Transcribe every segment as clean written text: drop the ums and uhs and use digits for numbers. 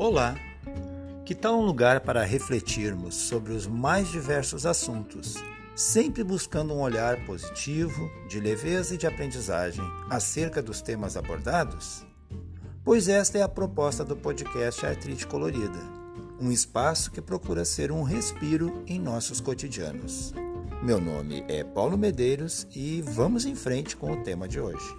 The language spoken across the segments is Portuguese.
Olá! Que tal um lugar para refletirmos sobre os mais diversos assuntos, sempre buscando um olhar positivo, de leveza e de aprendizagem acerca dos temas abordados? Pois esta é a proposta do podcast Artrite Colorida, um espaço que procura ser um respiro em nossos cotidianos. Meu nome é Paulo Medeiros e vamos em frente com o tema de hoje.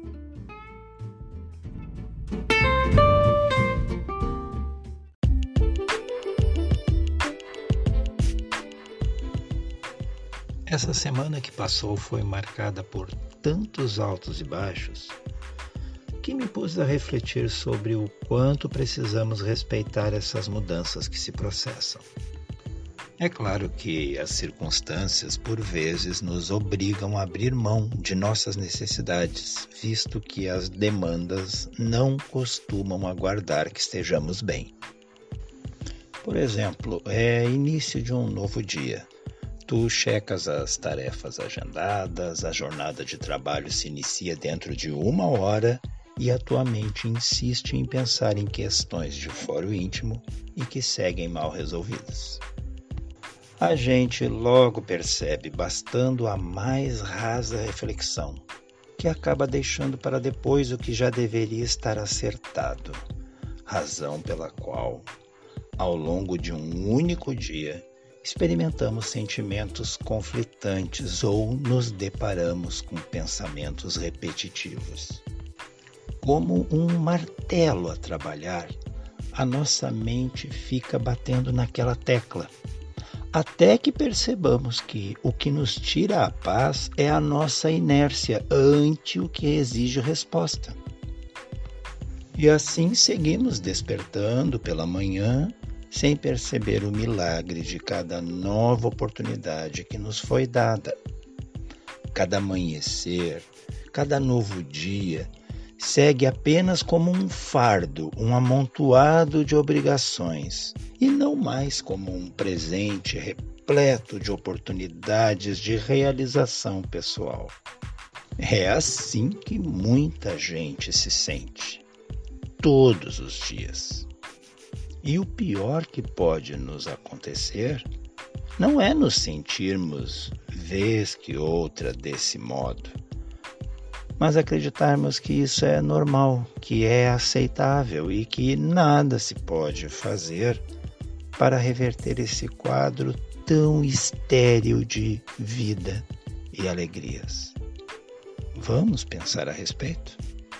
Essa semana que passou foi marcada por tantos altos e baixos que me pus a refletir sobre o quanto precisamos respeitar essas mudanças que se processam. É claro que as circunstâncias, por vezes, nos obrigam a abrir mão de nossas necessidades, visto que as demandas não costumam aguardar que estejamos bem. Por exemplo, é início de um novo dia. Tu checas as tarefas agendadas, a jornada de trabalho se inicia dentro de 1 hora e a tua mente insiste em pensar em questões de foro íntimo e que seguem mal resolvidas. A gente logo percebe, bastando a mais rasa reflexão, que acaba deixando para depois o que já deveria estar acertado, razão pela qual, ao longo de um único dia, experimentamos sentimentos conflitantes ou nos deparamos com pensamentos repetitivos. Como um martelo a trabalhar, a nossa mente fica batendo naquela tecla, até que percebamos que o que nos tira a paz é a nossa inércia ante o que exige resposta. E assim seguimos despertando pela manhã, sem perceber o milagre de cada nova oportunidade que nos foi dada. Cada amanhecer, cada novo dia, segue apenas como um fardo, um amontoado de obrigações, e não mais como um presente repleto de oportunidades de realização pessoal. É assim que muita gente se sente, todos os dias. E o pior que pode nos acontecer não é nos sentirmos vez que outra desse modo, mas acreditarmos que isso é normal, que é aceitável e que nada se pode fazer para reverter esse quadro tão estéril de vida e alegrias. Vamos pensar a respeito?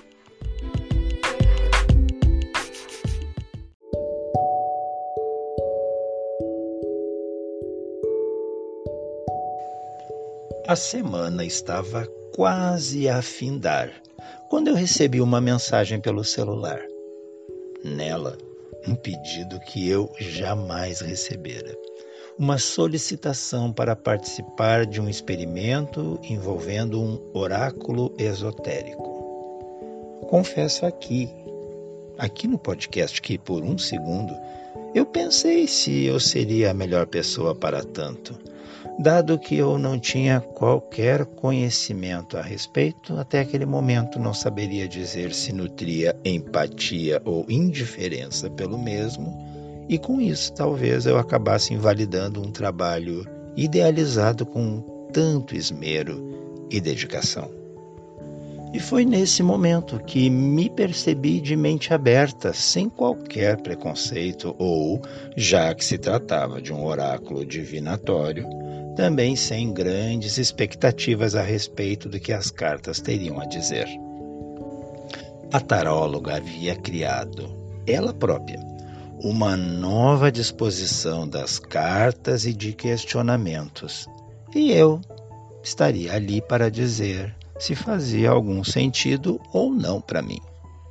A semana estava quase a findar, quando eu recebi uma mensagem pelo celular. Nela, um pedido que eu jamais recebera. Uma solicitação para participar de um experimento envolvendo um oráculo esotérico. Confesso aqui no podcast, que por um segundo eu pensei se eu seria a melhor pessoa para tanto. Dado que eu não tinha qualquer conhecimento a respeito, até aquele momento não saberia dizer se nutria empatia ou indiferença pelo mesmo, e com isso talvez eu acabasse invalidando um trabalho idealizado com tanto esmero e dedicação. E foi nesse momento que me percebi de mente aberta, sem qualquer preconceito ou, já que se tratava de um oráculo divinatório, também sem grandes expectativas a respeito do que as cartas teriam a dizer. A taróloga havia criado, ela própria, uma nova disposição das cartas e de questionamentos, e eu estaria ali para dizer se fazia algum sentido ou não para mim.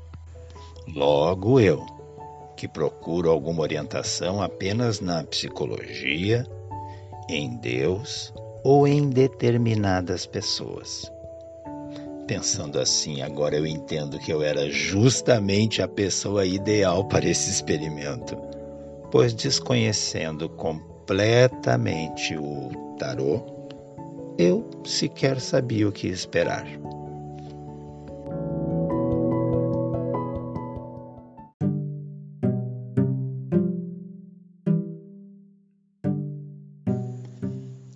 Logo eu, que procuro alguma orientação apenas na psicologia, em Deus ou em determinadas pessoas. Pensando assim, agora eu entendo que eu era justamente a pessoa ideal para esse experimento, pois desconhecendo completamente o tarô, eu sequer sabia o que esperar.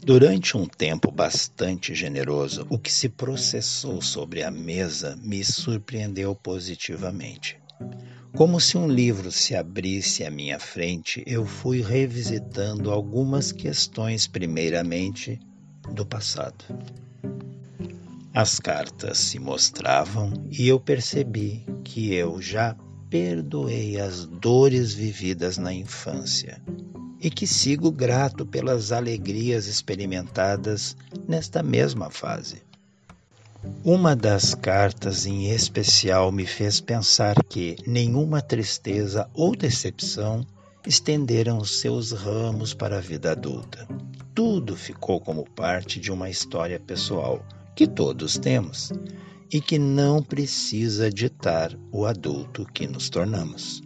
Durante um tempo bastante generoso, o que se processou sobre a mesa me surpreendeu positivamente. Como se um livro se abrisse à minha frente, eu fui revisitando algumas questões, primeiramente, do passado. As cartas se mostravam e eu percebi que eu já perdoei as dores vividas na infância e que sigo grato pelas alegrias experimentadas nesta mesma fase. Uma das cartas em especial me fez pensar que nenhuma tristeza ou decepção estenderam seus ramos para a vida adulta. Tudo ficou como parte de uma história pessoal que todos temos e que não precisa ditar o adulto que nos tornamos.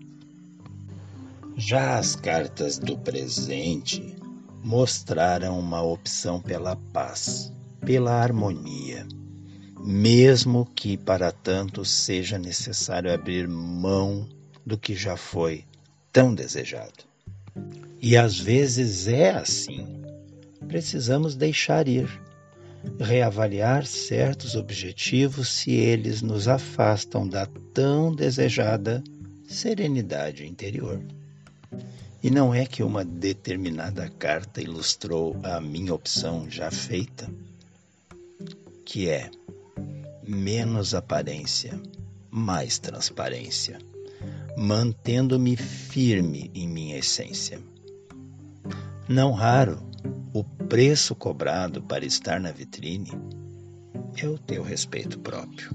Já as cartas do presente mostraram uma opção pela paz, pela harmonia, mesmo que para tanto seja necessário abrir mão do que já foi tão desejado. E às vezes é assim. Precisamos deixar ir, reavaliar certos objetivos se eles nos afastam da tão desejada serenidade interior. E não é que uma determinada carta ilustrou a minha opção já feita, que é menos aparência, mais transparência, mantendo-me firme em minha essência. Não raro, o preço cobrado para estar na vitrine é o teu respeito próprio.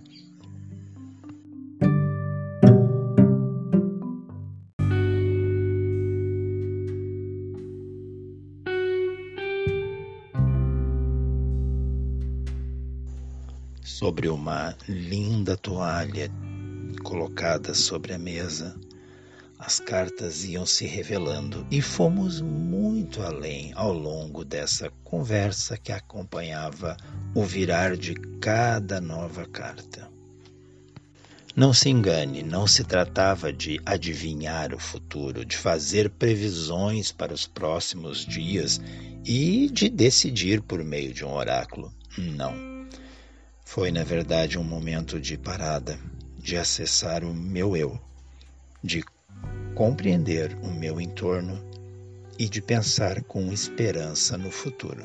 Sobre uma linda toalha colocada sobre a mesa, as cartas iam se revelando e fomos muito além ao longo dessa conversa que acompanhava o virar de cada nova carta. Não se engane, não se tratava de adivinhar o futuro, de fazer previsões para os próximos dias e de decidir por meio de um oráculo. Não. Foi, na verdade, um momento de parada, de acessar o meu eu, de compreender o meu entorno e de pensar com esperança no futuro.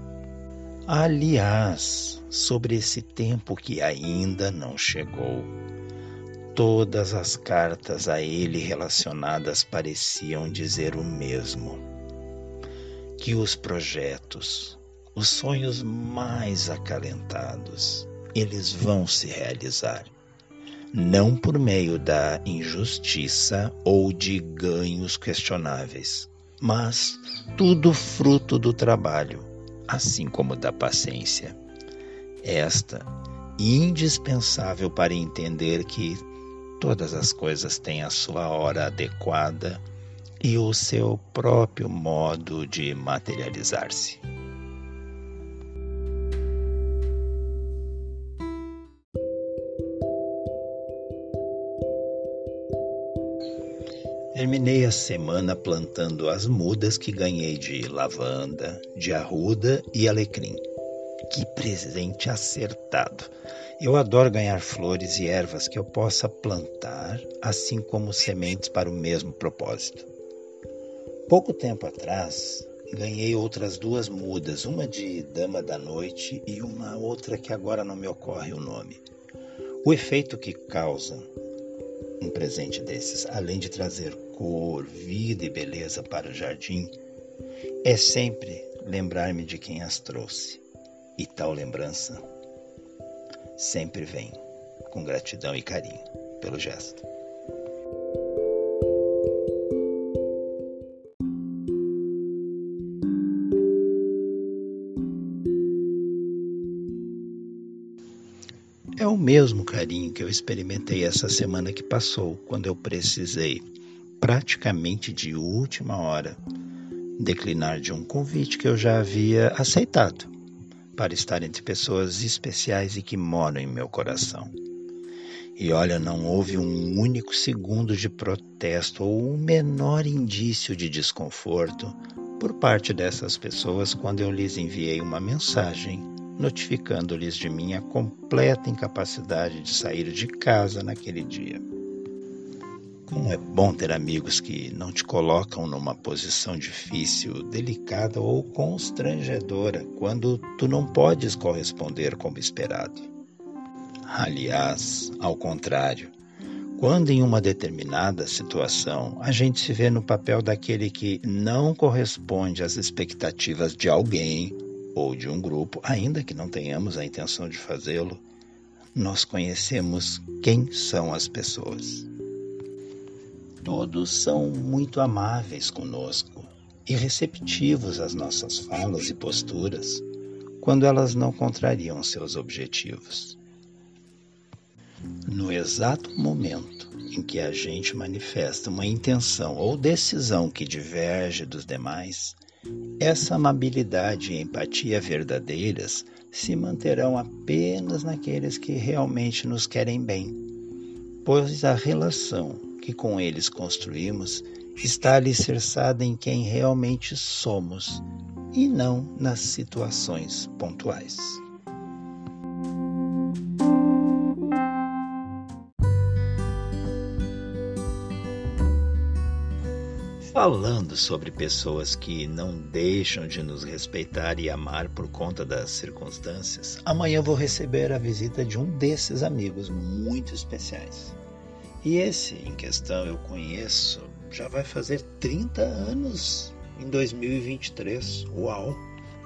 Aliás, sobre esse tempo que ainda não chegou, todas as cartas a ele relacionadas pareciam dizer o mesmo: que os projetos, os sonhos mais acalentados, eles vão se realizar, não por meio da injustiça ou de ganhos questionáveis, mas tudo fruto do trabalho, assim como da paciência. Esta, indispensável para entender que todas as coisas têm a sua hora adequada e o seu próprio modo de materializar-se. Terminei a semana plantando as mudas que ganhei de lavanda, de arruda e alecrim. Que presente acertado! Eu adoro ganhar flores e ervas que eu possa plantar, assim como sementes para o mesmo propósito. Pouco tempo atrás, ganhei outras 2 mudas, uma de dama da noite e uma outra que agora não me ocorre o nome. O efeito que causa um presente desses, além de trazer cor, vida e beleza para o jardim, é sempre lembrar-me de quem as trouxe. E tal lembrança sempre vem com gratidão e carinho pelo gesto. É o mesmo carinho que eu experimentei essa semana que passou, quando eu precisei, praticamente de última hora, declinar de um convite que eu já havia aceitado, para estar entre pessoas especiais e que moram em meu coração. E olha, não houve um único segundo de protesto ou o menor indício de desconforto por parte dessas pessoas quando eu lhes enviei uma mensagem notificando-lhes de minha completa incapacidade de sair de casa naquele dia. Como é bom ter amigos que não te colocam numa posição difícil, delicada ou constrangedora quando tu não podes corresponder como esperado. Aliás, ao contrário, quando em uma determinada situação a gente se vê no papel daquele que não corresponde às expectativas de alguém ou de um grupo, ainda que não tenhamos a intenção de fazê-lo, nós conhecemos quem são as pessoas. Todos são muito amáveis conosco e receptivos às nossas falas e posturas quando elas não contrariam seus objetivos. No exato momento em que a gente manifesta uma intenção ou decisão que diverge dos demais, essa amabilidade e empatia verdadeiras se manterão apenas naqueles que realmente nos querem bem, pois a relação que com eles construímos está alicerçada em quem realmente somos e não nas situações pontuais. Falando sobre pessoas que não deixam de nos respeitar e amar por conta das circunstâncias, amanhã vou receber a visita de um desses amigos muito especiais. E esse em questão eu conheço, já vai fazer 30 anos em 2023. Uau!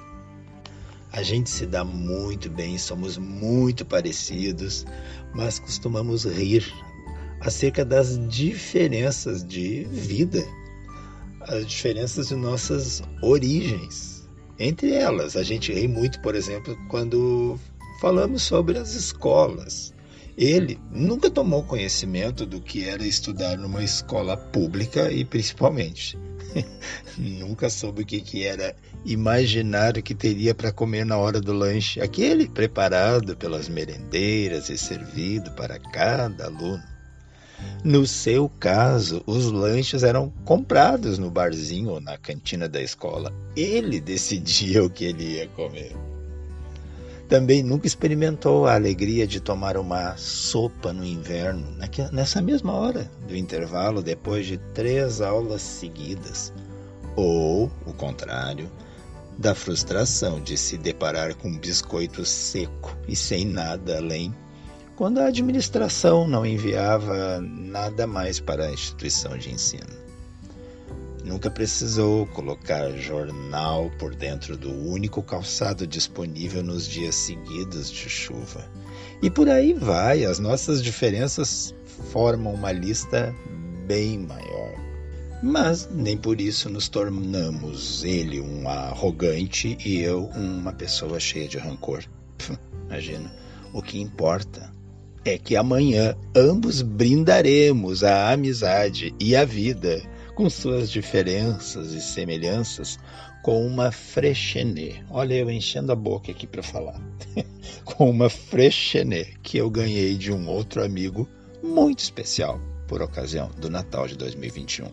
A gente se dá muito bem, somos muito parecidos, mas costumamos rir acerca das diferenças de vida, as diferenças de nossas origens. Entre elas, a gente ri muito, por exemplo, quando falamos sobre as escolas. Ele nunca tomou conhecimento do que era estudar numa escola pública e, principalmente, nunca soube o que era imaginar o que teria para comer na hora do lanche, aquele preparado pelas merendeiras e servido para cada aluno. No seu caso, os lanches eram comprados no barzinho ou na cantina da escola. Ele decidia o que ele ia comer. Também nunca experimentou a alegria de tomar uma sopa no inverno, nessa mesma hora do intervalo, depois de 3 aulas seguidas. Ou, o contrário, da frustração de se deparar com um biscoito seco e sem nada além, quando a administração não enviava nada mais para a instituição de ensino. Nunca precisou colocar jornal por dentro do único calçado disponível nos dias seguidos de chuva. E por aí vai, as nossas diferenças formam uma lista bem maior. Mas nem por isso nos tornamos ele um arrogante e eu uma pessoa cheia de rancor. Imagina, o que importa é que amanhã ambos brindaremos a amizade e a vida com suas diferenças e semelhanças, com uma Freixenet. Olha, eu enchendo a boca aqui para falar. Com uma Freixenet que eu ganhei de um outro amigo muito especial por ocasião do Natal de 2021.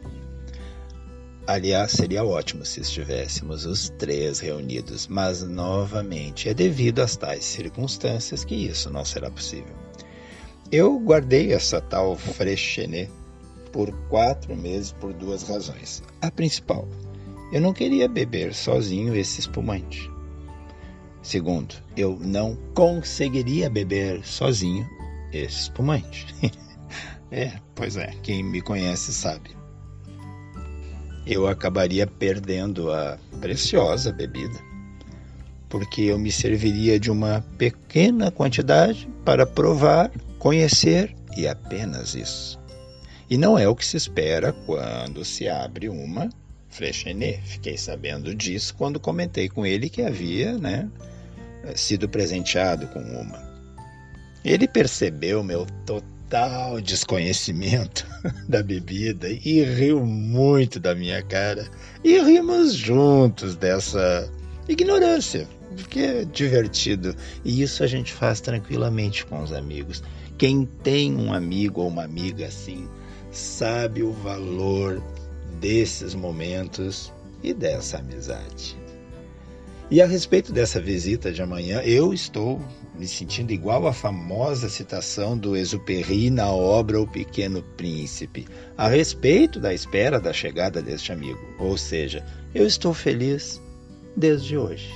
Aliás, seria ótimo se estivéssemos os 3 reunidos, mas novamente é devido às tais circunstâncias que isso não será possível. Eu guardei essa tal Freixenet por 4 meses por 2 razões. A principal, eu não queria beber sozinho esse espumante. Segundo, eu não conseguiria beber sozinho esse espumante. Pois é, quem me conhece sabe. Eu acabaria perdendo a preciosa bebida, porque eu me serviria de uma pequena quantidade para provar, conhecer e apenas isso. E não é o que se espera quando se abre uma Freixenet. Fiquei sabendo disso quando comentei com ele que havia, sido presenteado com uma. Ele percebeu meu total desconhecimento da bebida e riu muito da minha cara. E rimos juntos dessa ignorância, porque é divertido. E isso a gente faz tranquilamente com os amigos. Quem tem um amigo ou uma amiga assim, sabe o valor desses momentos e dessa amizade. E a respeito dessa visita de amanhã, eu estou me sentindo igual à famosa citação do Exupéry na obra O Pequeno Príncipe, a respeito da espera da chegada deste amigo. Ou seja, eu estou feliz desde hoje.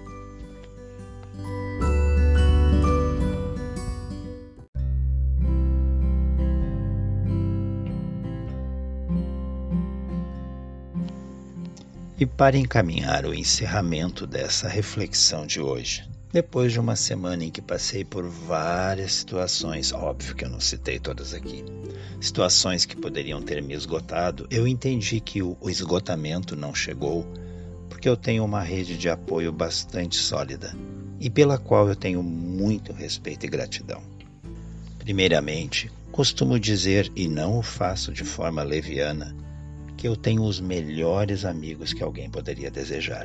E para encaminhar o encerramento dessa reflexão de hoje, depois de uma semana em que passei por várias situações, óbvio que eu não citei todas aqui, situações que poderiam ter me esgotado, eu entendi que o esgotamento não chegou porque eu tenho uma rede de apoio bastante sólida e pela qual eu tenho muito respeito e gratidão. Primeiramente, costumo dizer, e não o faço de forma leviana, que eu tenho os melhores amigos que alguém poderia desejar.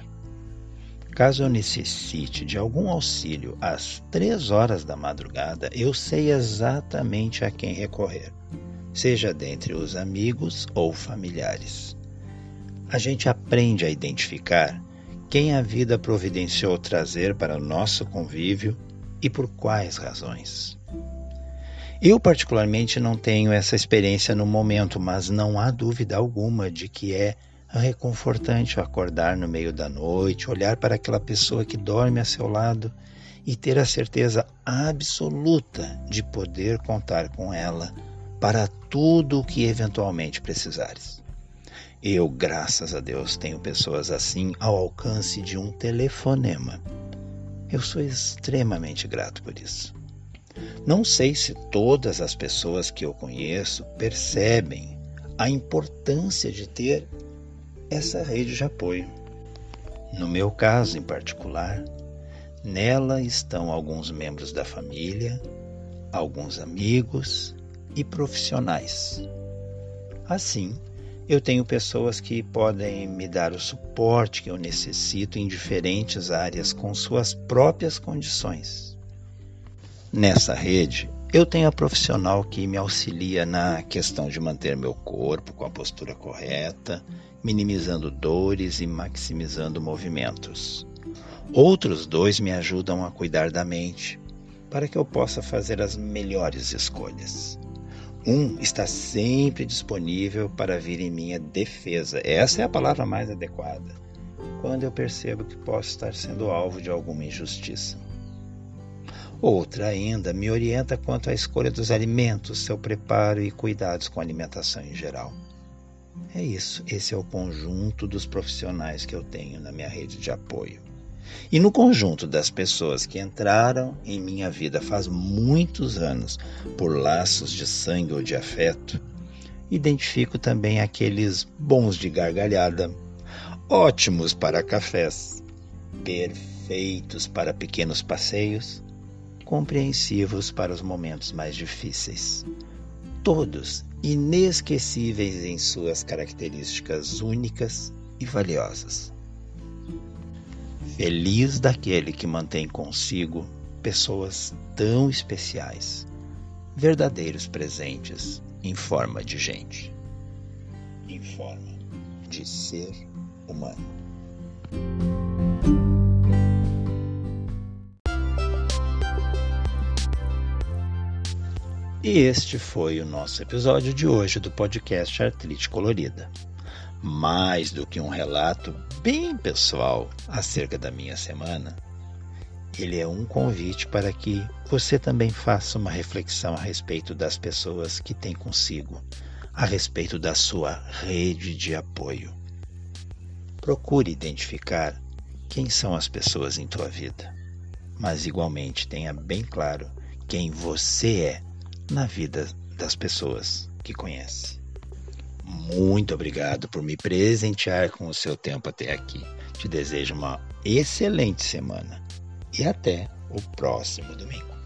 Caso eu necessite de algum auxílio às 3 horas da madrugada, eu sei exatamente a quem recorrer, seja dentre os amigos ou familiares. A gente aprende a identificar quem a vida providenciou trazer para o nosso convívio e por quais razões. Eu particularmente não tenho essa experiência no momento, mas não há dúvida alguma de que é reconfortante acordar no meio da noite, olhar para aquela pessoa que dorme a seu lado e ter a certeza absoluta de poder contar com ela para tudo o que eventualmente precisares. Eu, graças a Deus, tenho pessoas assim ao alcance de um telefonema. Eu sou extremamente grato por isso. Não sei se todas as pessoas que eu conheço percebem a importância de ter essa rede de apoio. No meu caso em particular, nela estão alguns membros da família, alguns amigos e profissionais. Assim, eu tenho pessoas que podem me dar o suporte que eu necessito em diferentes áreas com suas próprias condições. Nessa rede, eu tenho a profissional que me auxilia na questão de manter meu corpo com a postura correta, minimizando dores e maximizando movimentos. Outros 2 me ajudam a cuidar da mente, para que eu possa fazer as melhores escolhas. Um está sempre disponível para vir em minha defesa. Essa é a palavra mais adequada, quando eu percebo que posso estar sendo alvo de alguma injustiça. Outra ainda me orienta quanto à escolha dos alimentos, seu preparo e cuidados com a alimentação em geral. É isso, esse é o conjunto dos profissionais que eu tenho na minha rede de apoio. E no conjunto das pessoas que entraram em minha vida faz muitos anos por laços de sangue ou de afeto, identifico também aqueles bons de gargalhada, ótimos para cafés, perfeitos para pequenos passeios, compreensivos para os momentos mais difíceis. Todos inesquecíveis em suas características únicas e valiosas. Feliz daquele que mantém consigo pessoas tão especiais, verdadeiros presentes em forma de gente, em forma de ser humano. E este foi o nosso episódio de hoje do podcast Artrite Colorida. Mais do que um relato bem pessoal acerca da minha semana, ele é um convite para que você também faça uma reflexão a respeito das pessoas que tem consigo, a respeito da sua rede de apoio. Procure identificar quem são as pessoas em tua vida, mas igualmente tenha bem claro quem você é na vida das pessoas que conhece. Muito obrigado por me presentear com o seu tempo até aqui. Te desejo uma excelente semana e até o próximo domingo.